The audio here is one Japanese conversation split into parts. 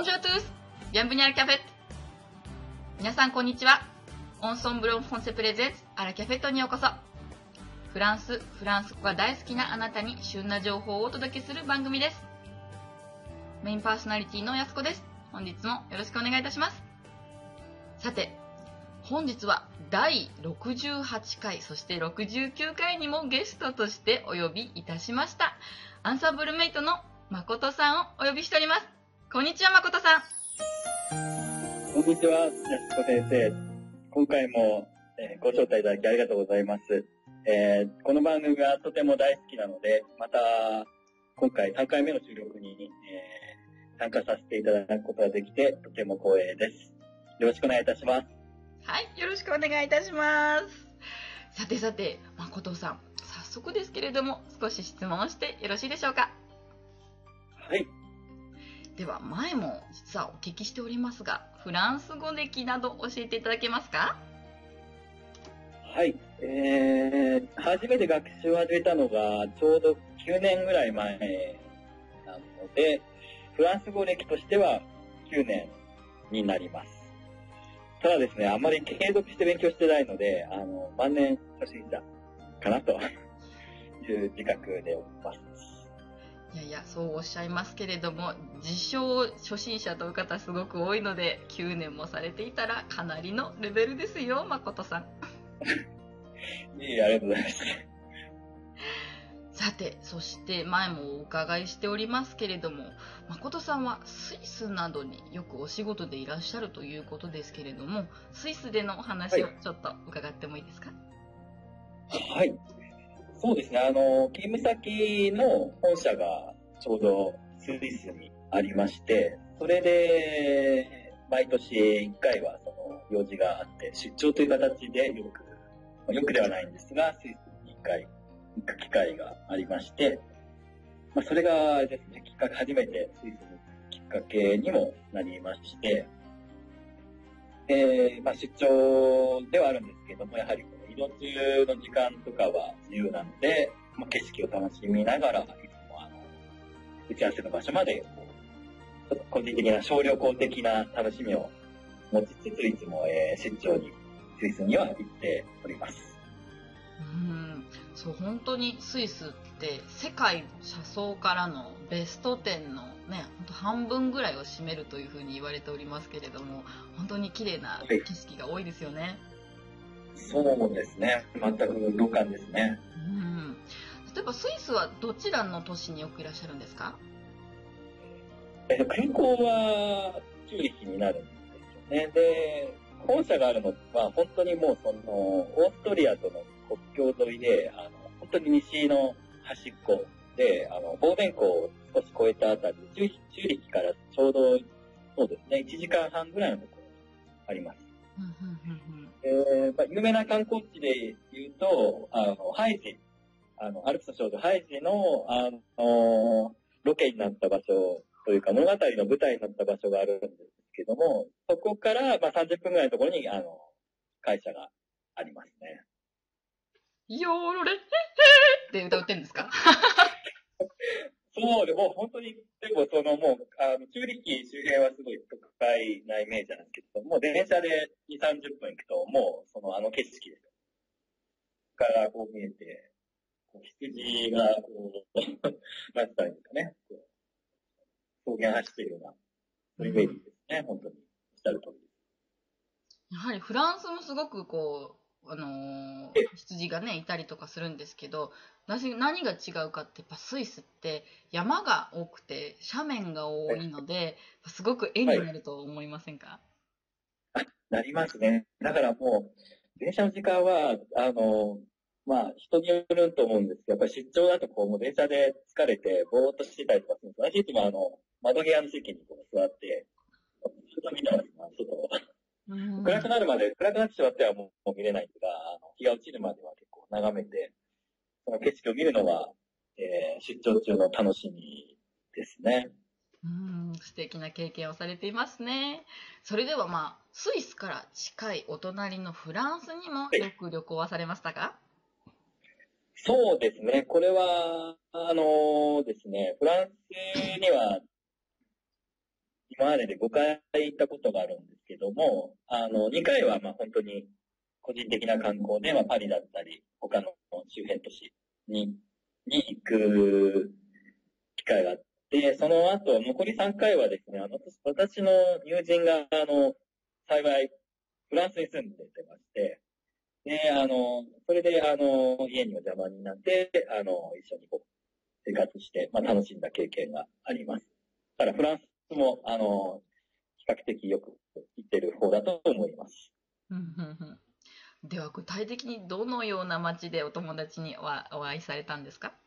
Bonjour à tous! Bienvenue à la cafette! 皆さんこんにちは。オンソンブロンフォンセプレゼンツアラキャフェットにようこそ。フランス語が大好きなあなたに旬な情報をお届けする番組です。メインパーソナリティのやすこです。本日もよろしくお願いいたします。さて、本日は第68回、そして69回にもゲストとしてお呼びいたしました。アンサンブルメイトの誠さんをお呼びしております。こんにちは、誠さん。 こんにちは、やすこ先生。今回も、ご招待いただきありがとうございます。この番組がとても大好きなので、また今回3回目の収録に、参加させていただくことができてとても光栄です。よろしくお願いいたします。 はい、よろしくお願いいたします。さて、誠さん、早速ですけれども、少し質問をしてよろしいでしょうか。 はい。 では、前も実はお聞きしておりますが、フランス語歴など教えていただけますか？ はい。初めて学習を始めたのがちょうど9年ぐらい前なので、フランス語歴としては9年になります。ただですね、あまり継続して勉強してないので、万年初心者かなという自覚でおります。 いや、そうおっしゃいますけれども、自称初心者という方すごく多いので、9年もされていたらかなりのレベルですよ、誠さん。 いい、ありがとうございます。 さて、そして前もお伺いしておりますけれども、誠さんはスイスなどによくお仕事でいらっしゃるということですけれども、スイスでのお話をちょっと伺ってもいいですか？ はい。そうですね、勤務先の本社がちょうどスイスにありまして、それで毎年1回はその用事があって、出張という形でよくではないんですが、スイスに1回行く機会がありまして、それがですね、初めてスイスに行くきっかけにもなりまして、出張ではあるんですけども、やはり移動中の時間とかは自由なので、景色を楽しみながら、いつも打ち合わせの場所まで、個人的な小旅行的な楽しみを持ちつつ、いつも出張に、スイスには行っております。 そう、本当にスイスって世界車窓からのベスト10のね、本当半分ぐらいを占めるというふうに言われておりますけれども、本当に綺麗な景色が多いですよね。 そうですね。全く同感ですね。 例えばスイスはどちらの都市によくいらっしゃるんですか？ 空港はチューリッヒになるんですよね。で、本社があるのは本当にもうオーストリアとの国境沿いで、本当に西の端っこで、ボーデン湖を少し越えたあたり、チューリッヒからちょうど、そうですね、1時間半ぐらいのところにあります。有名な観光地で言うと、ハイジ、アルプスの少女ハイジの、ロケになった場所というか、物語の舞台になった場所があるんですけども、そこから、30分ぐらいのところに、会社がありますね。 ヨーロレッヘって歌ってるんですか？ そうで、もう本当に、結構もう、チューリッヒ周辺はすごい都会なイメージなんですけども、電車で2、30分行くと、もう、景色です。からこう見えて、羊が、なんて言ったらいいんですかね。草原走っているような、そういうイメージですね、本当に。おっしゃる通りです。 やはりフランスもすごく羊がね、いたりとかするんですけど、何が違うかって、やっぱスイスって山が多くて、斜面が多いので、すごく絵になると思いませんか？ なりますね。だからもう、電車の時間は、人によると思うんですけど、やっぱり出張だともう電車で疲れて、ぼーっとしてたりとかするんです。私いつも窓際の席に座って、ずっと見てます、外を。暗くなってしまってはもう見れないんですが、日が落ちるまでは結構眺めて、その景色を見るのが、出張中の楽しみですね。 素敵な経験をされていますね。それではスイスから近いお隣のフランスにもよく旅行はされましたか？ そうですね。これは、ですね、フランスには今までで5回行ったことがあるんですけども、2回はまあ本当に個人的な観光で、まあパリだったり、他の周辺都市に行く機会があって、その後、残り3回はですね、私の友人が、幸い、フランスに住んでてまして、で、それで、家にお邪魔になって、一緒にこう、生活して、まあ、楽しんだ経験があります。ただ、フランスも、比較的よく行ってる方だと思います。 では、具体的にどのような街でお友達にお会いされたんですか？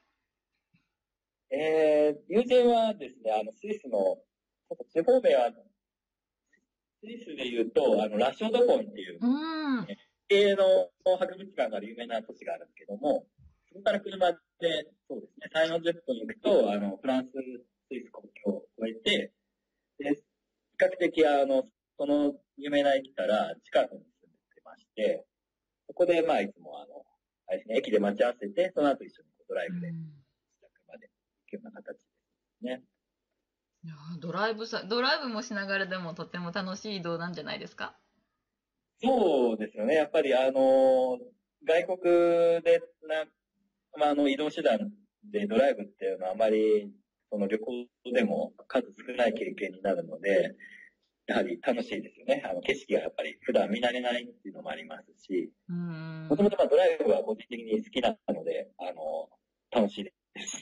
友人はですね、スイスの、ちょっと地方名は、スイスで言うと、ラショードフォンっていう、系の博物館がある有名な都市があるんですけども、そこから車で、そうですね、3、40分行くと、フランス、スイス国境を越えて、で、比較的、その有名な駅から近くに住んでまして、そこで、まあ、いつも、あれですね、駅で待ち合わせて、その後一緒にドライブで、近くまで行くような形ですね。 いやドライブもしながらでもとても楽しい移動なんじゃないですか？ そうですよね。やっぱり、外国でまあ、移動手段でドライブっていうのはあまり、その旅行でも数少ない経験になるので、やはり楽しいですよね。景色がやっぱり普段見慣れないっていうのもありますし、もともとドライブは個人的に好きなので、楽しいです。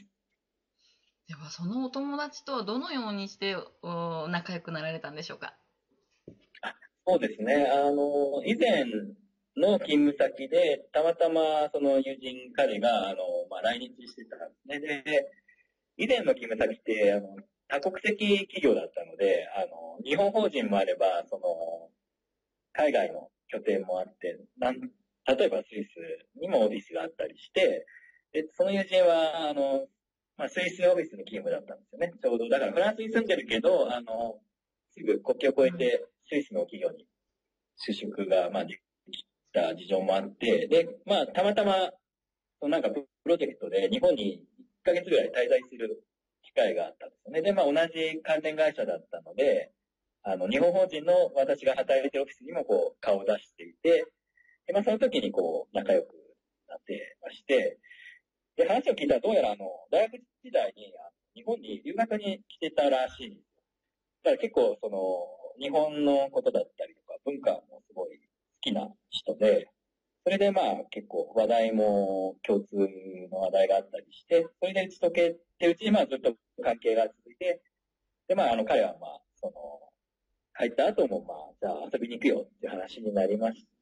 では、そのお友達とはどのようにして仲良くなられたんでしょうか？ そうですね。以前の勤務先で、たまたまその友人彼が、まあ、来日してたんですね。で、以前の勤務先って、多国籍企業だったので、日本法人もあれば、海外の拠点もあって、例えばスイスにもオフィスがあったりして、で、その友人は、まあ、スイスオフィスに勤務だったんですよね。ちょうど、だからフランスに住んでるけど、すぐ国境を越えてスイスの企業に就職が、まあ、できた事情もあって、で、まあ、たまたま、なんかプロジェクトで日本に1ヶ月ぐらい滞在する機会があったんですよね。で、まあ、同じ関連会社だったので、日本法人の私が働いてるオフィスにもこう、顔を出していて、で、まあ、その時にこう、仲良くなってまして、で、話を聞いたらどうやら大学時代に日本に留学に来てたらしいんですよ。だから結構日本のことだったりとか文化もすごい好きな人で、それでまあ結構話題も共通の話題があったりして、それで打ち解けてうちにまあずっと関係が続いて、でまあ彼はまあ入った後もまあじゃあ遊びに行くよっていう話になりまして、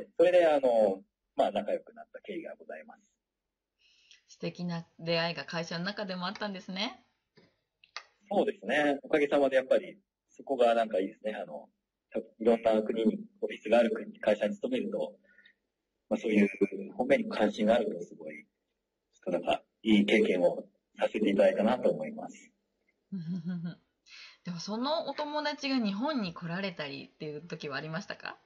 それでまあ仲良くなった経緯がございます。 素敵な出会いが会社の中でもあったんですね。 そうですね。おかげさまでやっぱりそこがなんかいいですね。いろんな国にオフィスがある会社に勤めると、まあそういう方面に関心があるとすごい、なんかいい経験をさせていただいたなと思います。 でもそのお友達が日本に来られたりっていう時はありましたか？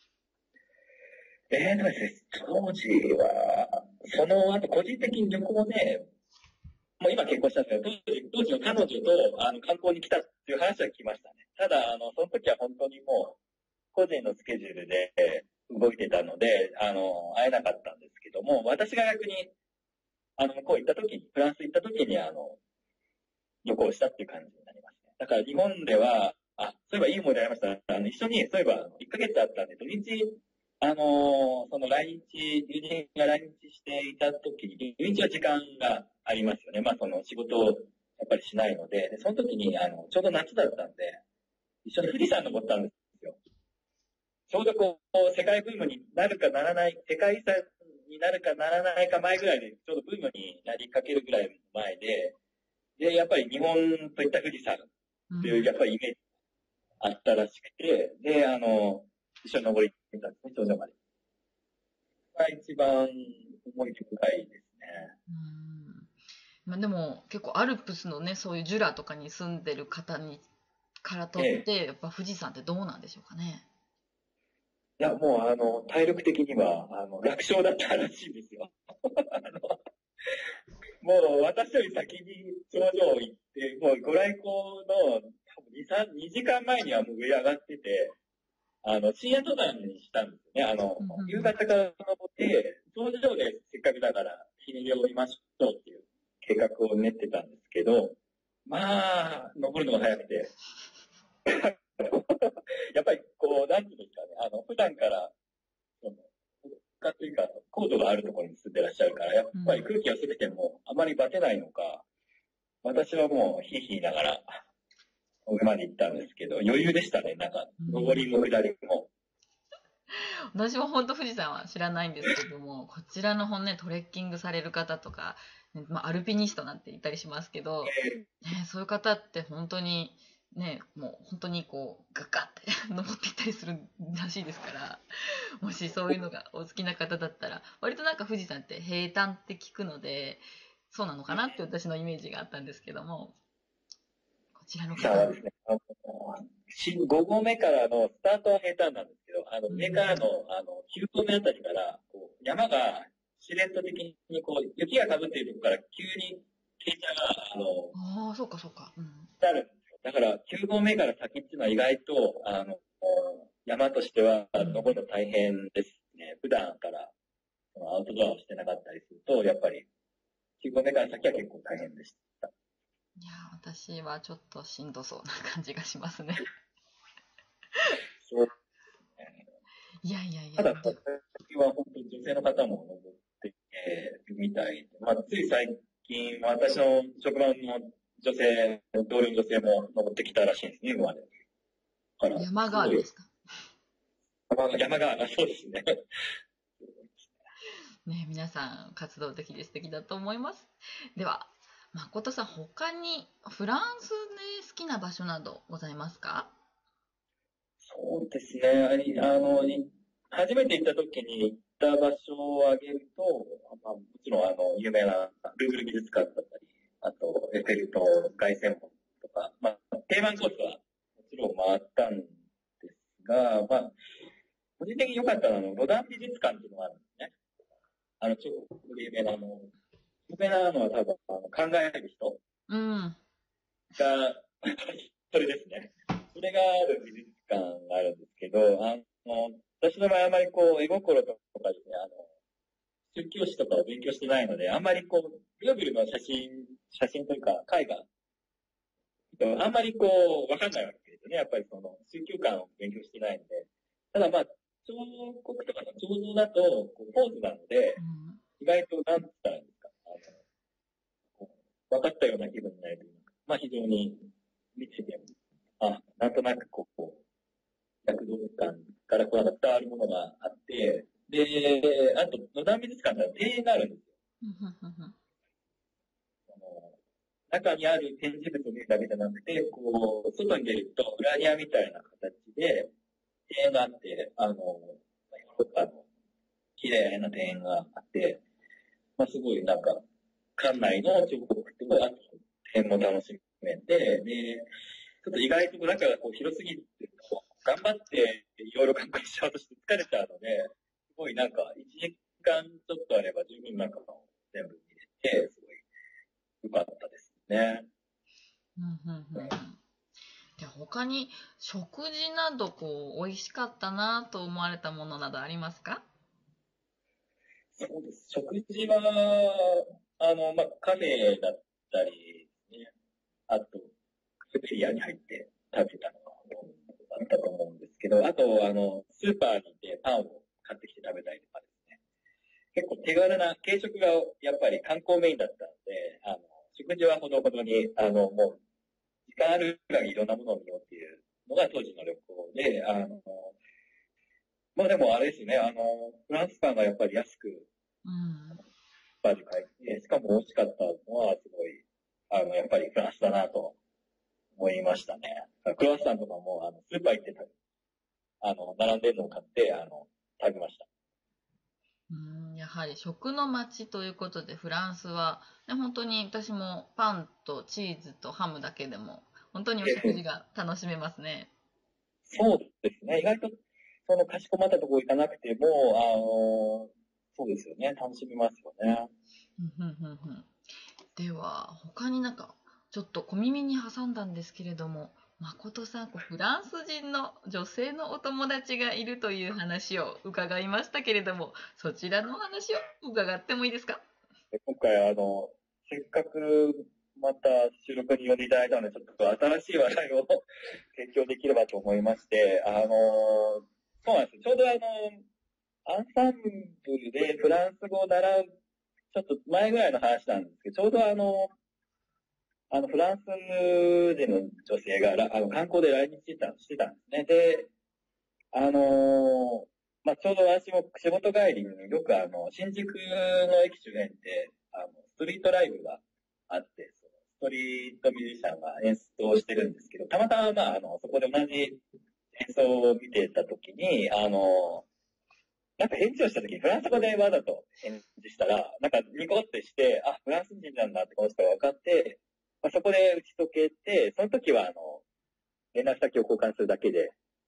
ですね、当時は、その後個人的に旅行で、もう今結婚したんですけど、当時の彼女と観光に来たっていう話は聞きましたね。ただ、その時は本当にもう、個人のスケジュールで動いてたので、会えなかったんですけども、私が逆に、向こう行った時に、フランス行った時に、旅行したっていう感じになりますね。だから日本では、そういえばいい思い出ありました。一緒に、そういえば、1ヶ月あったんで、土日、その友人が来日していた時に、土日は時間がありますよね。まあ、仕事をやっぱりしないので、その時に、ちょうど夏だったんで、一緒に富士山登ったんですよ。ちょうどこう、世界ブームになるかならない、世界遺産になるかならないか前ぐらいで、ちょうどブームになりかけるぐらい前で、で、やっぱり日本といった富士山っていう、やっぱりイメージあったらしくて、で、一緒に登りに行ったんですね、頂上まで。が一番思い出深いですね。 まあ、でも結構アルプスのね、そういうジュラとかに住んでる方からとって、やっぱ富士山ってどうなんでしょうかね。 いや、もう体力的には、楽勝だったらしいですよ。もう私より先に頂上行って、もうご来光の多分2、 2時間前にはもう上上がってて、深夜登山にしたんですよね。夕方から登って、頂上でせっかくだから日の出を見ましょうっていう計画を練ってたんですけど、まあ、登るのが早くて、やっぱりこう、なんていうんですかね、普段から、というか、高度があるところに住んでらっしゃるから、やっぱり空気が薄くてもあまりバテないのか、私はもうヒーヒーながら上まで行ったんですけど、余裕でしたね、なんか、上りも下りも。 私も本当富士山は知らないんですけども、こちらの本ね、トレッキングされる方とか、ねまあ、アルピニストなんて言ったりしますけど、ね、そういう方って本当に、ね、もう本当にこう、ガッガッって登っていったりするらしいですから、もしそういうのがお好きな方だったら、割となんか富士山って平坦って聞くので、そうなのかなって私のイメージがあったんですけども、こちらの方さあですね、5合目からのスタートは平坦なんですけど、上からの、9合目あたりから、こう、山が、シルエット的に、こう、雪が被っているところから急に傾斜が、 ああ、そうかそうか。うん。 なるんですよ。だから、9合目から先っていうのは意外と、山としては、登るの大変ですね。普段から、アウトドアをしてなかったりすると、やっぱり、9合目から先は結構大変でした。 いやー、私はちょっとしんどそうな感じがしますね。 そういやいやいや、 ただ、最近は本当に女性の方も登ってるみたいで、まあ、つい最近、私の職場の女性、同僚の女性も登ってきたらしいんですね、今まで。だから山があるんですか？ 山が、そうですね。 ね、皆さん活動的で素敵だと思います。では、誠さん、他にフランスで好きな場所などございますか？ そうですね。初めて行った時に行った場所を挙げると、まあ、もちろん有名なルーブル美術館だったり、あと、エッフェル塔、凱旋門とか、まあ、定番コースはもちろん回ったんですが、まあ、個人的に良かったのは、ロダン美術館っていうのがあるんですね。超有名な、有名なのは多分、考える人うん。 が、それですね。それがある美術館があるんですけど、私の場合あまりこう、絵心とかですね、宗教史とかを勉強してないので、あんまりこう、ルーブルの写真というか、絵画、あんまりこう、わかんないわけですよね。やっぱりその、宗教観を勉強してないので。ただまあ、彫刻とかの彫像だと、こうポーズなので、 うん。 意外と、なんつったらいいんですか、分かったような気分になるというか、まあ非常に見てて、なんとなくこう、躍動感からこうなんか伝わるものがあって、で、あと、野田美術館では庭園があるんですよ。中にある展示物を見るだけじゃなくて、こう、外に出ると裏庭みたいな形で、庭園があって、綺麗な庭園があって、まあ、すごいなんか、館内の彫刻と、あと、庭園も楽しめて、で、ちょっと意外と中がこう広すぎて、頑張っていろいろ観光しちゃうとして疲れちゃうので、すごいなんか1時間ちょっとあれば十分中を全部見れて、すごい良かったですね。 じゃあ他に食事など美味しかったなと思われたものなどありますか？ そうです。食事は、まあ、カフェだったり、ね、あと、カフェテリアに入って食べたのがほとんどだったと思うんですけど、あと、スーパーに行ってパンを買ってきて食べたりとかですね。結構手軽な、軽食がやっぱり観光メインだったので、食事はほどほどに、もう、時間あるぐらいいろんなものを見ようっていうのが当時の旅行で、まあでもあれですね、フランスパンがやっぱり安く、 うん。 バジ書いて、しかも美味しかったのは、すごい、やっぱりフランスだなと思いましたね。クロワッサンとかも、スーパー行って並んでるのを買って、食べました。 やはり食の街ということでフランスは、ね、本当に私もパンとチーズとハムだけでも本当にお食事が楽しめますね。 そうですね。意外と、その、かしこまったところ行かなくても、そうですよね。楽しみますよね。 では他になんかちょっと小耳に挟んだんですけれども、 誠さん、フランス人の女性のお友達がいるという話を伺いましたけれども、そちらのお話を伺ってもいいですか？ で今回、せっかくまた収録に呼んでいただいたので、ちょっと新しい話題を提供できればと思いまして、そうなんですよ。ちょうどアンサンブルでフランス語を習う、ちょっと前ぐらいの話なんですけど、ちょうどフランス人の女性が、観光で来日してたんですね。で、ちょうど私も仕事帰りによく新宿の駅周辺で、ストリートライブがあって、ストリートミュージシャンが演奏をしてるんですけど、たまたま、そこで同じ演奏を見てた時に、なんか返事をした時にフランス語でわざと返事したら、なんかニコってして、あ、フランス人なんだってこの人が分かって、そこで打ち解けて、その時は連絡先を交換するだけで、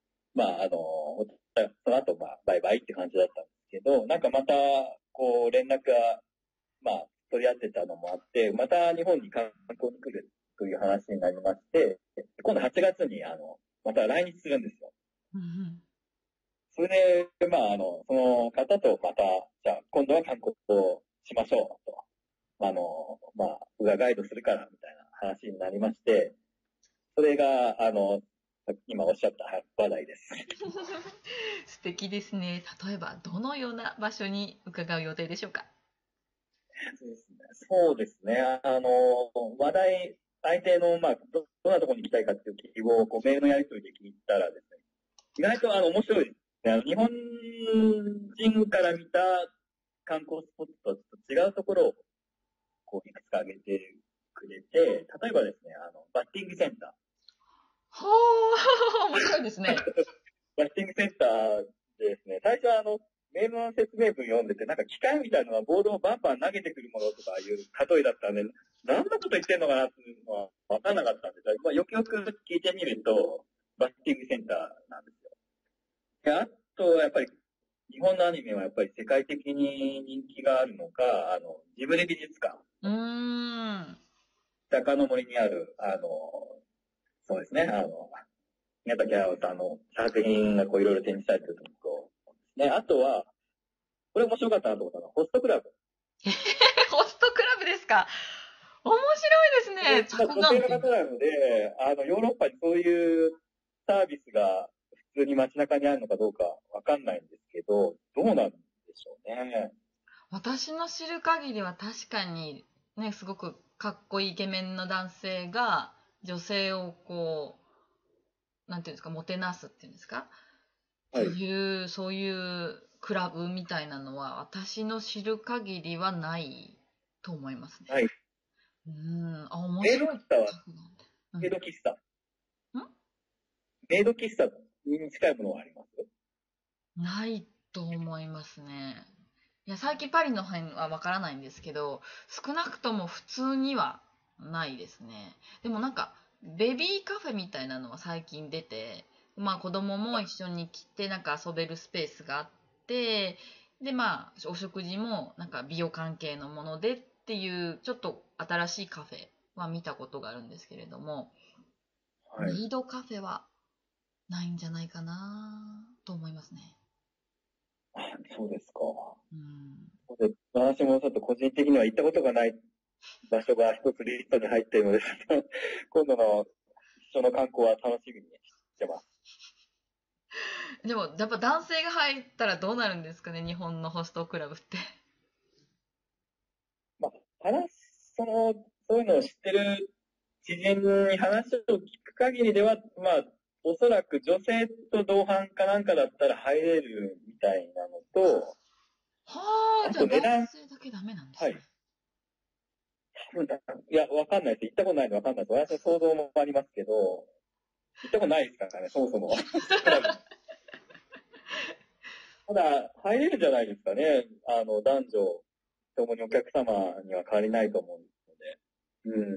その後、バイバイって感じだったんですけど、なんかまた、こう、連絡が、取り合ってたのもあって、また日本に観光に来るという話になりまして、今度8月に、また来日するんですよ。それで、その方とまた、じゃあ、今度は観光をしましょうと。僕がガイドするから、みたいな話になりまして、それが、今おっしゃった話題です。 素敵ですね。例えば、どのような場所に伺う予定でしょうか？ そうですね。話題、相手の、どんなところに行きたいかっていう希望をメールのやり取りで聞いたらですね、意外と面白いですね。日本人から見た観光スポットとちょっと違うところをいくつか挙げてくれて、例えばですね、バッティングセンター。 はあ、面白いですね。 バッティングセンターでですね、最初はメールの説明文読んでて、なんか機械みたいなのがボールをバンバン投げてくるものとかいう例えだったんで、何のこと言ってんのかなっていうのは分からなかったんですが、よくよく聞いてみると、バッティングセンターなんですよ。で、あと、やっぱり、日本のアニメはやっぱり世界的に人気があるのか、ジブリ美術館。鷹の森にある、そうですね、宮崎駿さんの作品がいろいろ展示されてるところですね。あとは、これ面白かったなと思ったのは、ホストクラブ。 ホストクラブですか？面白いですね。 女性の方なので、ヨーロッパにそういうサービスが普通に街中にあるのかどうかわかんないんですけど、どうなんでしょうね。 私の知る限りは確かにね、すごくかっこいいイケメンの男性が女性をなんていうんですか、もてなすっていうんですか、 はい。 そういうクラブみたいなのは私の知る限りはないと思いますね。 はい。 面白い。 メイド喫茶。 んメイド喫茶に近いものはあります？ ないと思いますね。いや、最近パリの辺はわからないんですけど、少なくとも普通にはないですね。でもなんか、ベビーカフェみたいなのは最近出て、子供も一緒に来てなんか遊べるスペースがあって、でお食事もなんか美容関係のものでっていうちょっと新しいカフェは見たことがあるんですけれども、 はい。 メイドカフェはないんじゃないかなと思いますね。 そうですか。 うん。 私もちょっと個人的には行ったことがない場所が一つリストに入っているので、今度の一緒の観光は楽しみにしてます。 でも、やっぱ男性が入ったらどうなるんですかね、日本のホストクラブって。 そういうのを知ってる知人に話を聞く限りでは、おそらく女性と同伴かなんかだったら入れるみたいなのと、 はあ、じゃあ男性だけダメなんですね。はい。 いや、わかんないです。行ったことないんでわかんないです。私の想像もありますけど、行ったことないですからね、そもそも。ただ、入れるんじゃないですかね。男女ともにお客様には変わりないと思うので。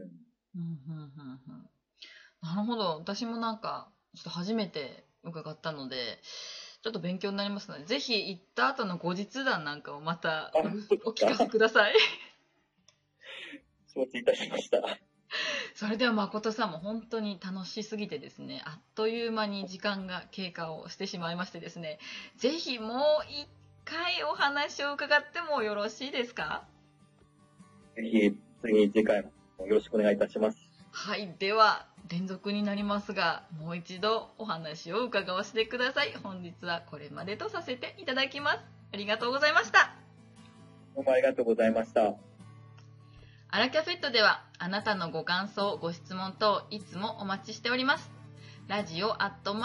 なるほど。私もなんか、ちょっと初めて伺ったので、ちょっと勉強になりますので、ぜひ行った後の後日談なんかをまたお聞かせください。 承知いたしました。 それでは誠さんも本当に楽しすぎてですね、あっという間に時間が経過をしてしまいましてですね、ぜひもう一回お話を伺ってもよろしいですか？ ぜひ、次回もよろしくお願いいたします。 はい、では連続になりますが、もう一度お話を伺わせてください。本日はこれまでとさせていただきます。ありがとうございました。 どうもありがとうございました。 アラキャフェットではあなたのご感想、ご質問等いつもお待ちしております。ラジオ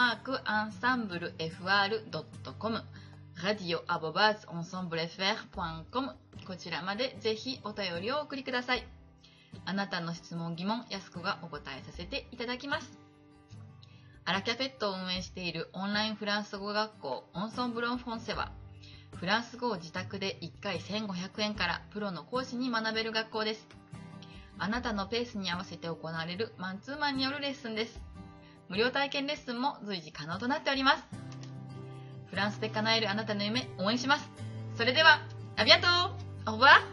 @ensemblefr.com ラジオ@ensemblefr.com こちらまでぜひお便りをお送りください。あなたの質問疑問、やすこがお答えさせていただきます。アラキャフェットを運営しているオンラインフランス語学校オンソンブロンフォンセはフランス語を自宅で1回1500円からプロの講師に学べる学校です。あなたのペースに合わせて行われるマンツーマンによるレッスンです。無料体験レッスンも随時可能となっております。フランスで叶えるあなたの夢応援します。それでは、アビアント！オーバー！